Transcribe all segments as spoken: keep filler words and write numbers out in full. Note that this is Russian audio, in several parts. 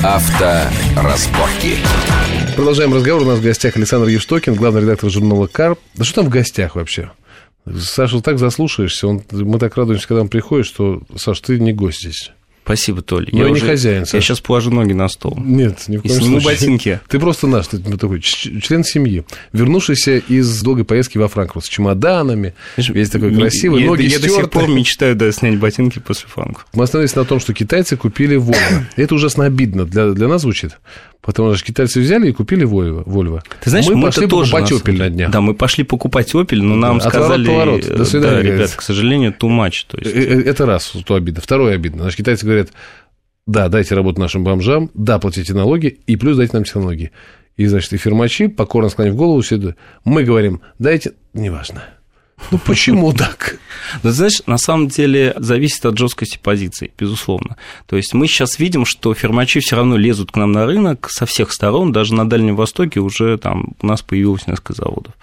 Авторазборки. Продолжаем разговор. У нас в гостях Александр Евштокин, главный редактор журнала «Кар». Да что там в гостях вообще? Саша, так заслушаешься. Он, мы так радуемся, когда он приходит, что, Саш, ты не гость здесь. Спасибо, Толя. Но я, я не уже, хозяин, Саша. Я сейчас положу ноги на стол. Нет, ни в коем и сниму случае. ботинки. Ты просто наш, ты такой член семьи, вернувшийся из долгой поездки во Франкфурт с чемоданами, весь такой красивый, я, ноги я стерты. до сих пор мечтаю, да, снять ботинки после Франкфурта. Мы остановились на том, что китайцы купили Volvo. Это ужасно обидно для, для нас звучит. Потому что китайцы взяли и купили Volvo. Ты знаешь, мы мы пошли тоже покупать Opel на днях. Да, мы пошли покупать Opel, но нам да, сказали... Отворот, поворот. До свидания. Да, ребят, к сожалению, too much. То есть... Это раз, то обидно. Второе обидно. Значит, китайцы говорят, да, дайте работу нашим бомжам, да, платите налоги, и плюс дайте нам технологии. И, значит, и фирмачи, покорно склонив голову, все это... Мы говорим, дайте... Неважно. Ну, почему так? Да, знаешь, на самом деле зависит от жесткости позиций, безусловно. То есть мы сейчас видим, что фирмачи все равно лезут к нам на рынок со всех сторон, даже на Дальнем Востоке уже там у нас появилось несколько заводов.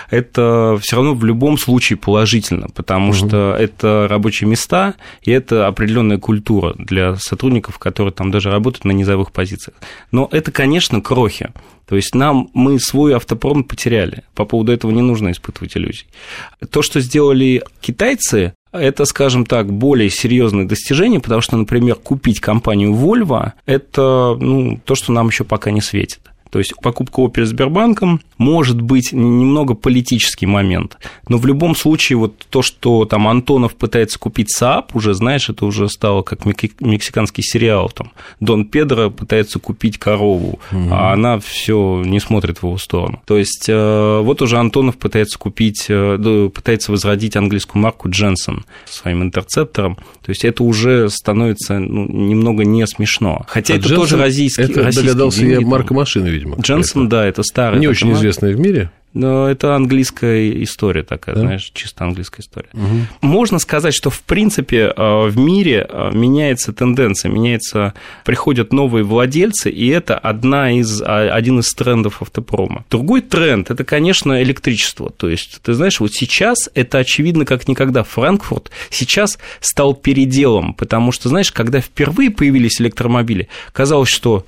Это все равно в любом случае положительно, потому угу. что это рабочие места, и это определенная культура для сотрудников, которые там даже работают на низовых позициях. Но это, конечно, крохи. То есть нам, мы свой автопром потеряли. По поводу этого не нужно испытывать иллюзий. То, что сделали китайцы, это, скажем так, более серьезные достижения, потому что, например, купить компанию Volvo – это ну, то, что нам еще пока не светит. То есть покупка Opel Сбербанком может быть немного политический момент, но в любом случае вот то, что там Антонов пытается купить Saab, уже, знаешь, это уже стало как мексиканский сериал, там Дон Педро пытается купить корову, угу. а она все не смотрит в его сторону. То есть вот уже Антонов пытается купить, пытается возродить английскую марку Дженсон своим интерцептором, то есть это уже становится ну, немного не смешно. Хотя а это Дженсон, тоже российский. Это догадался деньги, я, марка машины, видимо. Дженсон, да, это старая. Не очень известная в мире. Но это английская история такая, да? Знаешь, чисто английская история. Угу. Можно сказать, что, в принципе, в мире меняется тенденция, меняется, приходят новые владельцы, и это одна из, один из трендов автопрома. Другой тренд – это, конечно, электричество. То есть, ты знаешь, вот сейчас это очевидно как никогда. Франкфурт сейчас стал переделом, потому что, знаешь, когда впервые появились электромобили, казалось, что...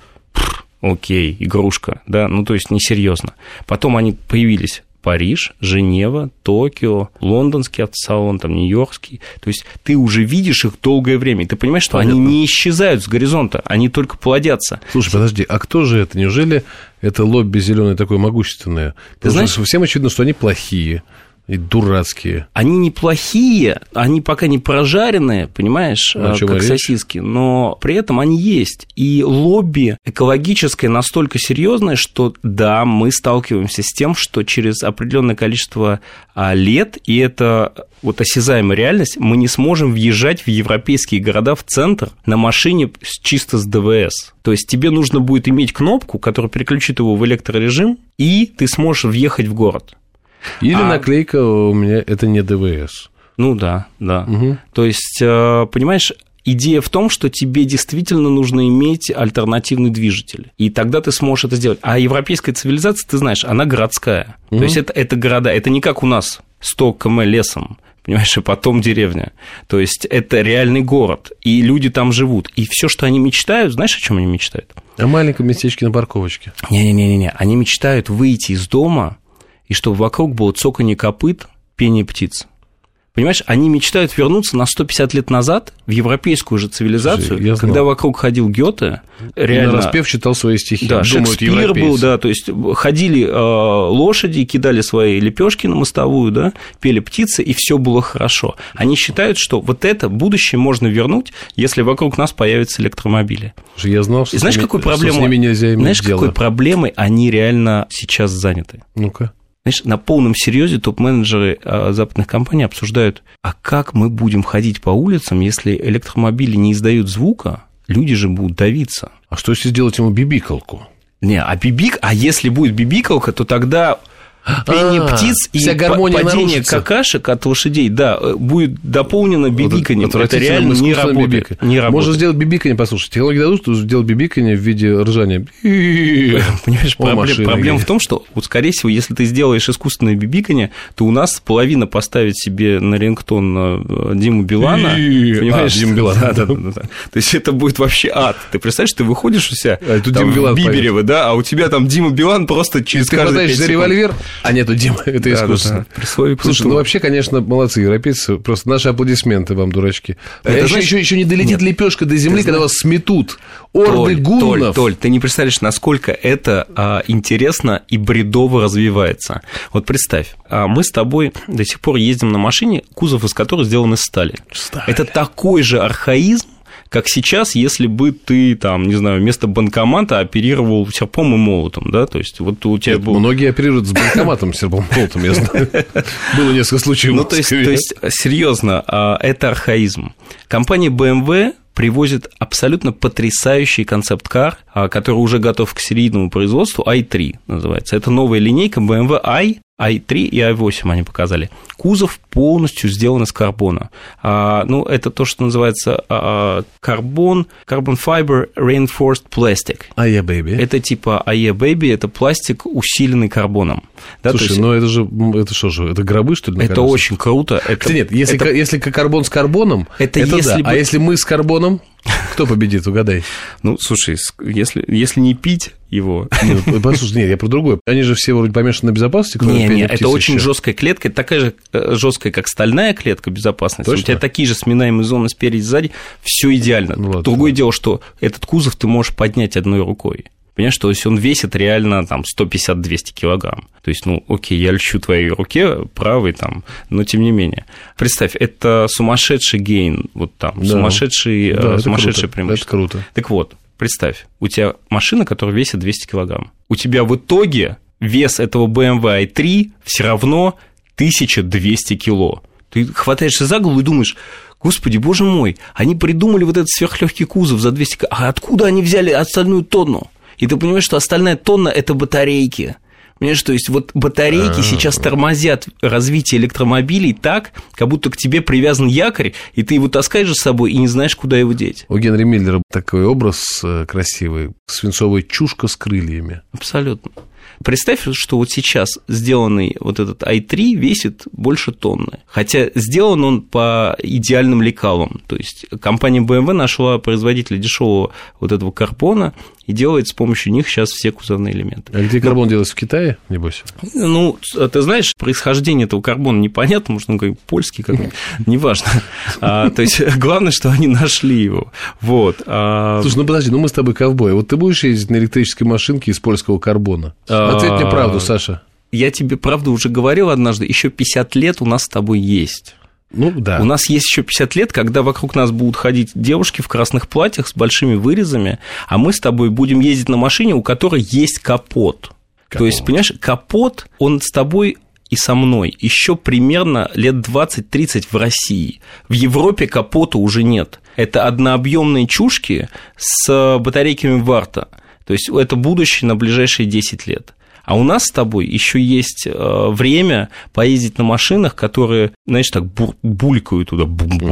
Окей, игрушка, да, ну то есть несерьезно. Потом они появились Париж, Женева, Токио, лондонский автосалон, там, нью-йоркский. То есть ты уже видишь их долгое время, и ты понимаешь, что Понятно. Они не исчезают с горизонта, они только плодятся. Слушай, подожди, а кто же это? Неужели это лобби зеленое такое могущественное? Ты знаешь, что всем очевидно, что они плохие. И дурацкие. Они неплохие, они пока не прожаренные, понимаешь, а как сосиски, но при этом они есть. И лобби экологическое настолько серьезное, что да, мы сталкиваемся с тем, что через определенное количество лет, и это вот осязаемая реальность, мы не сможем въезжать в европейские города в центр на машине чисто с ДВС. То есть тебе нужно будет иметь кнопку, которая переключит его в электрорежим, и ты сможешь въехать в город. Или а... наклейка у меня это не ДВС. Ну да, да. Угу. То есть, понимаешь, идея в том, что тебе действительно нужно иметь альтернативный движитель. И тогда ты сможешь это сделать. А европейская цивилизация, ты знаешь, она городская. Угу. То есть это, это города, это не как у нас сто километров лесом. Понимаешь, и потом деревня. То есть это реальный город, и люди там живут. И все, что они мечтают, знаешь, о чем они мечтают? О маленьком местечке на парковочке. Не-не-не, они мечтают выйти из дома, и чтобы вокруг было цоканье копыт, пение птиц. Понимаешь, они мечтают вернуться на сто пятьдесят лет назад в европейскую же цивилизацию, Слушай, когда вокруг ходил Гёте, реально... И нараспев читал свои стихи. Да, Шекспир был, да, то есть ходили э, лошади, кидали свои лепешки на мостовую, да, пели птицы, и все было хорошо. Они считают, что вот это будущее можно вернуть, если вокруг нас появятся электромобили. Слушай, я знал, что, и знаешь, с, ними, какой проблемой, что с ними нельзя иметь знаешь, дело. какой проблемой они реально сейчас заняты? Ну-ка. Знаешь, на полном серьезе топ-менеджеры западных компаний обсуждают, а как мы будем ходить по улицам, если электромобили не издают звука, люди же будут давиться. А что если сделать ему бибикалку? Не, а бибик, а если будет бибикалка, то тогда пение а, птиц и падение нарушится. какашек от лошадей, да, будет дополнено бибиканьем. Вот это, это реально не работает. не работает. Можно сделать бибиканье, послушай, технологии дадут, что сделать бибиканье в виде ржания. Понимаешь, проблема, проблема в том, что, вот, скорее всего, если ты сделаешь искусственное бибиканье, то у нас половина поставит себе на рингтон Диму Билана. Понимаешь? А, Дима Билан. Да, да, да, да. То есть это будет вообще ад. Ты представляешь, ты выходишь у себя а, там, в Биберево, да, а у тебя там Дима Билан просто через ты каждые пять секунд. Ты хватаешь за револьвер, а нету Дима, это да, искусственно. Да, да. Слушай, ну вообще, конечно, молодцы европейцы, просто наши аплодисменты вам, дурачки. А еще, значит... еще, еще не долетит Нет. лепешка до земли, когда вас сметут орды Толь, гуннов. Толь, Толь, ты не представляешь, насколько это а, интересно и бредово развивается. Вот представь, а мы с тобой до сих пор ездим на машине, кузов из которой сделан из стали. Сталь. Это такой же архаизм, как сейчас, если бы ты, там, не знаю, вместо банкомата оперировал серпом и молотом, да, то есть вот у тебя Нет, был... Многие оперируют с банкоматом, серпом и молотом, я знаю. Было несколько случаев. Ну, то есть, то есть, серьезно, это архаизм. Компания бэ эм вэ привозит абсолютно потрясающий концепт-кар, который уже готов к серийному производству, ай три называется. Это новая линейка бэ эм вэ i, ай три и ай восемь они показали. Кузов полностью сделан из карбона. А, ну, это то, что называется а, карбон, Carbon Fiber Reinforced Plastic. ай и Baby. Это типа ай и Baby, это пластик, усиленный карбоном. Да, Слушай, есть... ну это же, это что же, это гробы, что ли? Это очень круто. Это... Хотя нет, если, это... если карбон с карбоном, это, это если да. Бы... А если мы с карбоном, кто победит, угадай? Ну, слушай, если, если не пить его... Нет, послушай, нет, я про другое. Они же все вроде помешаны на безопасности. Нет, нет, это очень жесткая клетка, это такая же жесткая, как стальная клетка безопасности. Точно? У тебя такие же сминаемые зоны спереди и сзади, все идеально. Ну, ладно, Другое ладно. дело, что этот кузов ты можешь поднять одной рукой. Понимаешь, то есть он весит реально там сто пятьдесят - двести килограмм. То есть, ну, окей, я льщу твоей руке правой там, но тем не менее. Представь, это сумасшедший гейн, вот там, да. сумасшедший, да, сумасшедшее преимущество. Это круто. Так вот, представь, у тебя машина, которая весит двести килограмм. У тебя в итоге вес этого бэ эм вэ ай три все равно тысяча двести кило. Ты хватаешься за голову и думаешь... Господи, боже мой, они придумали вот этот сверхлегкий кузов за двести килограмм. А откуда они взяли остальную тонну? И ты понимаешь, что остальная тонна – это батарейки. Понимаешь, то есть вот батарейки сейчас тормозят развитие электромобилей так, как будто к тебе привязан якорь, и ты его таскаешь с собой и не знаешь, куда его деть. У Генри Миллера такой образ красивый, свинцовая чушка с крыльями. Абсолютно. Представь, что вот сейчас сделанный вот этот ай три весит больше тонны, хотя сделан он по идеальным лекалам, то есть компания бэ эм вэ нашла производителя дешевого вот этого карбона и делает с помощью них сейчас все кузовные элементы. А где карбон Но... делается, в Китае, небось? Ну, ты знаешь, происхождение этого карбона непонятно, может, он как польский какой-нибудь, неважно. То есть главное, что они нашли его. Вот. Слушай, ну подожди, ну мы с тобой ковбои, вот ты будешь ездить на электрической машинке из польского карбона? Ответь мне правду, Саша. Я тебе правду уже говорил однажды, еще пятьдесят лет у нас с тобой есть. Ну, да. У нас есть еще пятьдесят лет, когда вокруг нас будут ходить девушки в красных платьях с большими вырезами, а мы с тобой будем ездить на машине, у которой есть капот. капот. То есть, понимаешь, капот, он с тобой и со мной еще примерно лет двадцать-тридцать в России. В Европе капота уже нет. Это однообъемные чушки с батарейками Варта. То есть, это будущее на ближайшие десять лет. А у нас с тобой еще есть время поездить на машинах, которые, знаешь, так булькают туда,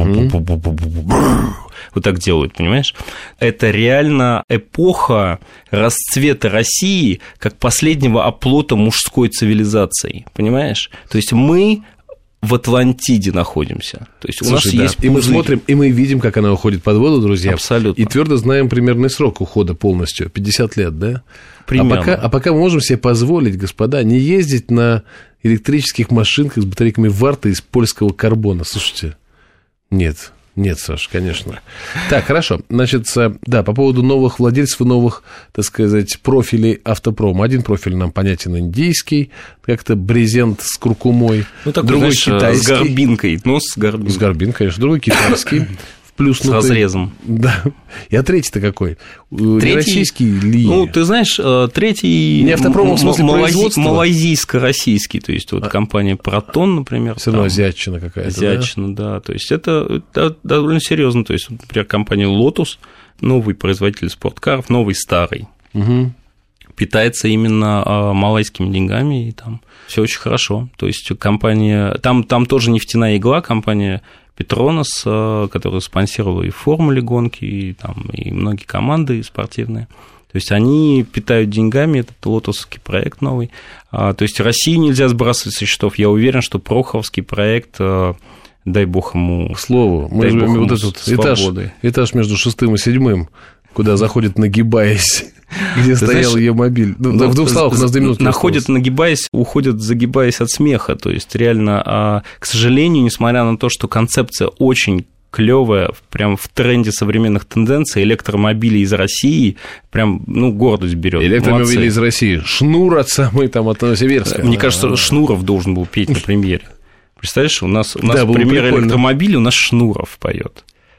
вот так делают, понимаешь? Это реально эпоха расцвета России как последнего оплота мужской цивилизации, понимаешь? То есть мы в Атлантиде находимся. То есть у Слушай, нас да. есть пузырь. И мы смотрим, и мы видим, как она уходит под воду, друзья. Абсолютно. И твердо знаем примерный срок ухода полностью. пятьдесят лет, да? Примерно. А пока, а пока мы можем себе позволить, господа, не ездить на электрических машинках с батарейками Варта из польского карбона. Слушайте, нет. Нет, Саш, конечно. Так, хорошо. Значит, да, по поводу новых владельцев и новых, так сказать, профилей автопрома. Один профиль нам понятен индийский, как-то брезент с куркумой. Ну, такой, другой знаешь, китайский. С горбинкой, нос с горбинкой. С горбинкой, конечно. Другой китайский. С разрезом. Да. И а третий-то какой? Третий, не российский ли? Ну, ты знаешь, третий... Не автопром, в смысле производства? Малайзийско-российский, то есть, вот а... компания «Протон», например. Все равно азиатчина какая-то, азиатчина, да? да. То есть, это, это довольно серьезно. То есть, например, компания «Лотус», новый производитель спорткаров, новый старый. Угу. питается именно малайскими деньгами, и там все очень хорошо. То есть компания, там, там тоже нефтяная игла, компания Петронас, которая спонсировала и в формуле гонки, и, там, и многие команды спортивные. То есть они питают деньгами этот лотосовский проект новый. То есть Россию нельзя сбрасывать со счетов. Я уверен, что Прохоровский проект, дай бог ему... К слову, мы же вот этот этаж, этаж между шестым и седьмым, куда заходит, нагибаясь, где Ты стоял ее мобиль. Ну, ну, в двух словах, у нас две минуты. Находят, нагибаясь, уходят, загибаясь от смеха. То есть, реально, к сожалению, несмотря на то, что концепция очень клевая, прям в тренде современных тенденций, электромобили из России, прям, ну, гордость берет. Электромобили Молодцы. Из России. Шнур от самой там, от Новосибирска. Мне кажется, А-а-а. Шнуров должен был петь на премьере. Представляешь, у нас, у нас да, премьера электромобиля, у нас Шнуров поет.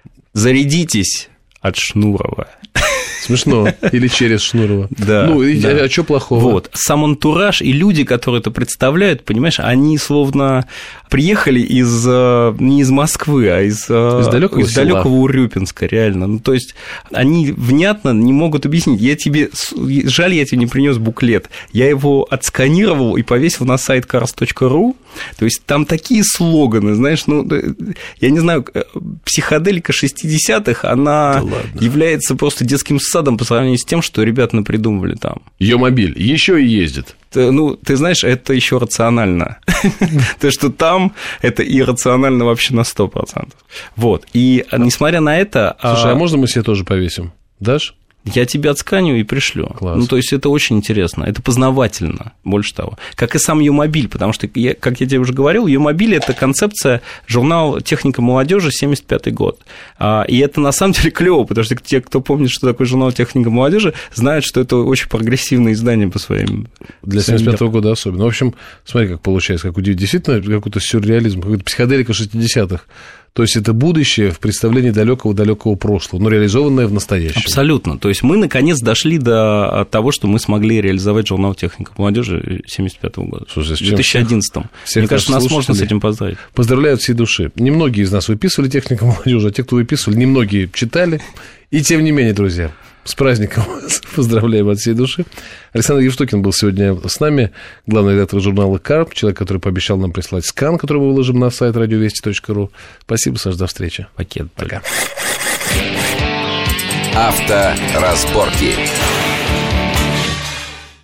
Зарядитесь от Шнурова. Смешно. Или через Шнурова. Да. Ну, и, да. а, а что плохого? Вот. Сам антураж и люди, которые это представляют, понимаешь, они словно приехали из, не из Москвы, а из, из далекого, из далекого Урюпинска, реально. Ну, то есть, они внятно не могут объяснить. Я тебе, жаль, я тебе не принес буклет. Я его отсканировал и повесил на сайт cars точка ру. То есть, там такие слоганы, знаешь, ну, я не знаю, психоделика шестидесятых, она да является просто детским садом по сравнению с тем, что ребята напридумывали там. Е-мобиль еще и ездит. Ну, ты знаешь, это еще рационально. То, что там, это иррационально вообще на сто процентов. Вот. И несмотря на это... Слушай, а можно мы себе тоже повесим? Дашь? Я тебе отсканю и пришлю. Класс. Ну, то есть, это очень интересно, это познавательно, больше того. Как и сам Е-мобиль, потому что, я, как я тебе уже говорил, Е-мобиль – это концепция журнала «Техника молодежи», семьдесят пятый год. И это, на самом деле, клево, потому что те, кто помнит, что такое журнал «Техника молодежи», знают, что это очень прогрессивное издание по своим... Для семьдесят пятого года особенно. В общем, смотри, как получается, как действительно какой-то сюрреализм, какой-то психоделика шестидесятых. То есть, это будущее в представлении далекого-далекого прошлого, но реализованное в настоящем. Абсолютно. То есть, мы, наконец, дошли до того, что мы смогли реализовать журнал «Техника молодежи» семьдесят пятого года. Слушай, в две тысячи одиннадцатом. Мне кажется, нас можно с этим поздравить. Поздравляю от всей души. Немногие из нас выписывали «Техника молодежи, а те, кто выписывали, немногие читали. И тем не менее, друзья, с праздником вас поздравляем от всей души. Александр Евштокин был сегодня с нами, главный редактор журнала «Карп», человек, который пообещал нам прислать скан, который мы выложим на сайт радиовести точка ру. Спасибо, Саш, до встречи. Пакет. Пока. Авторазборки.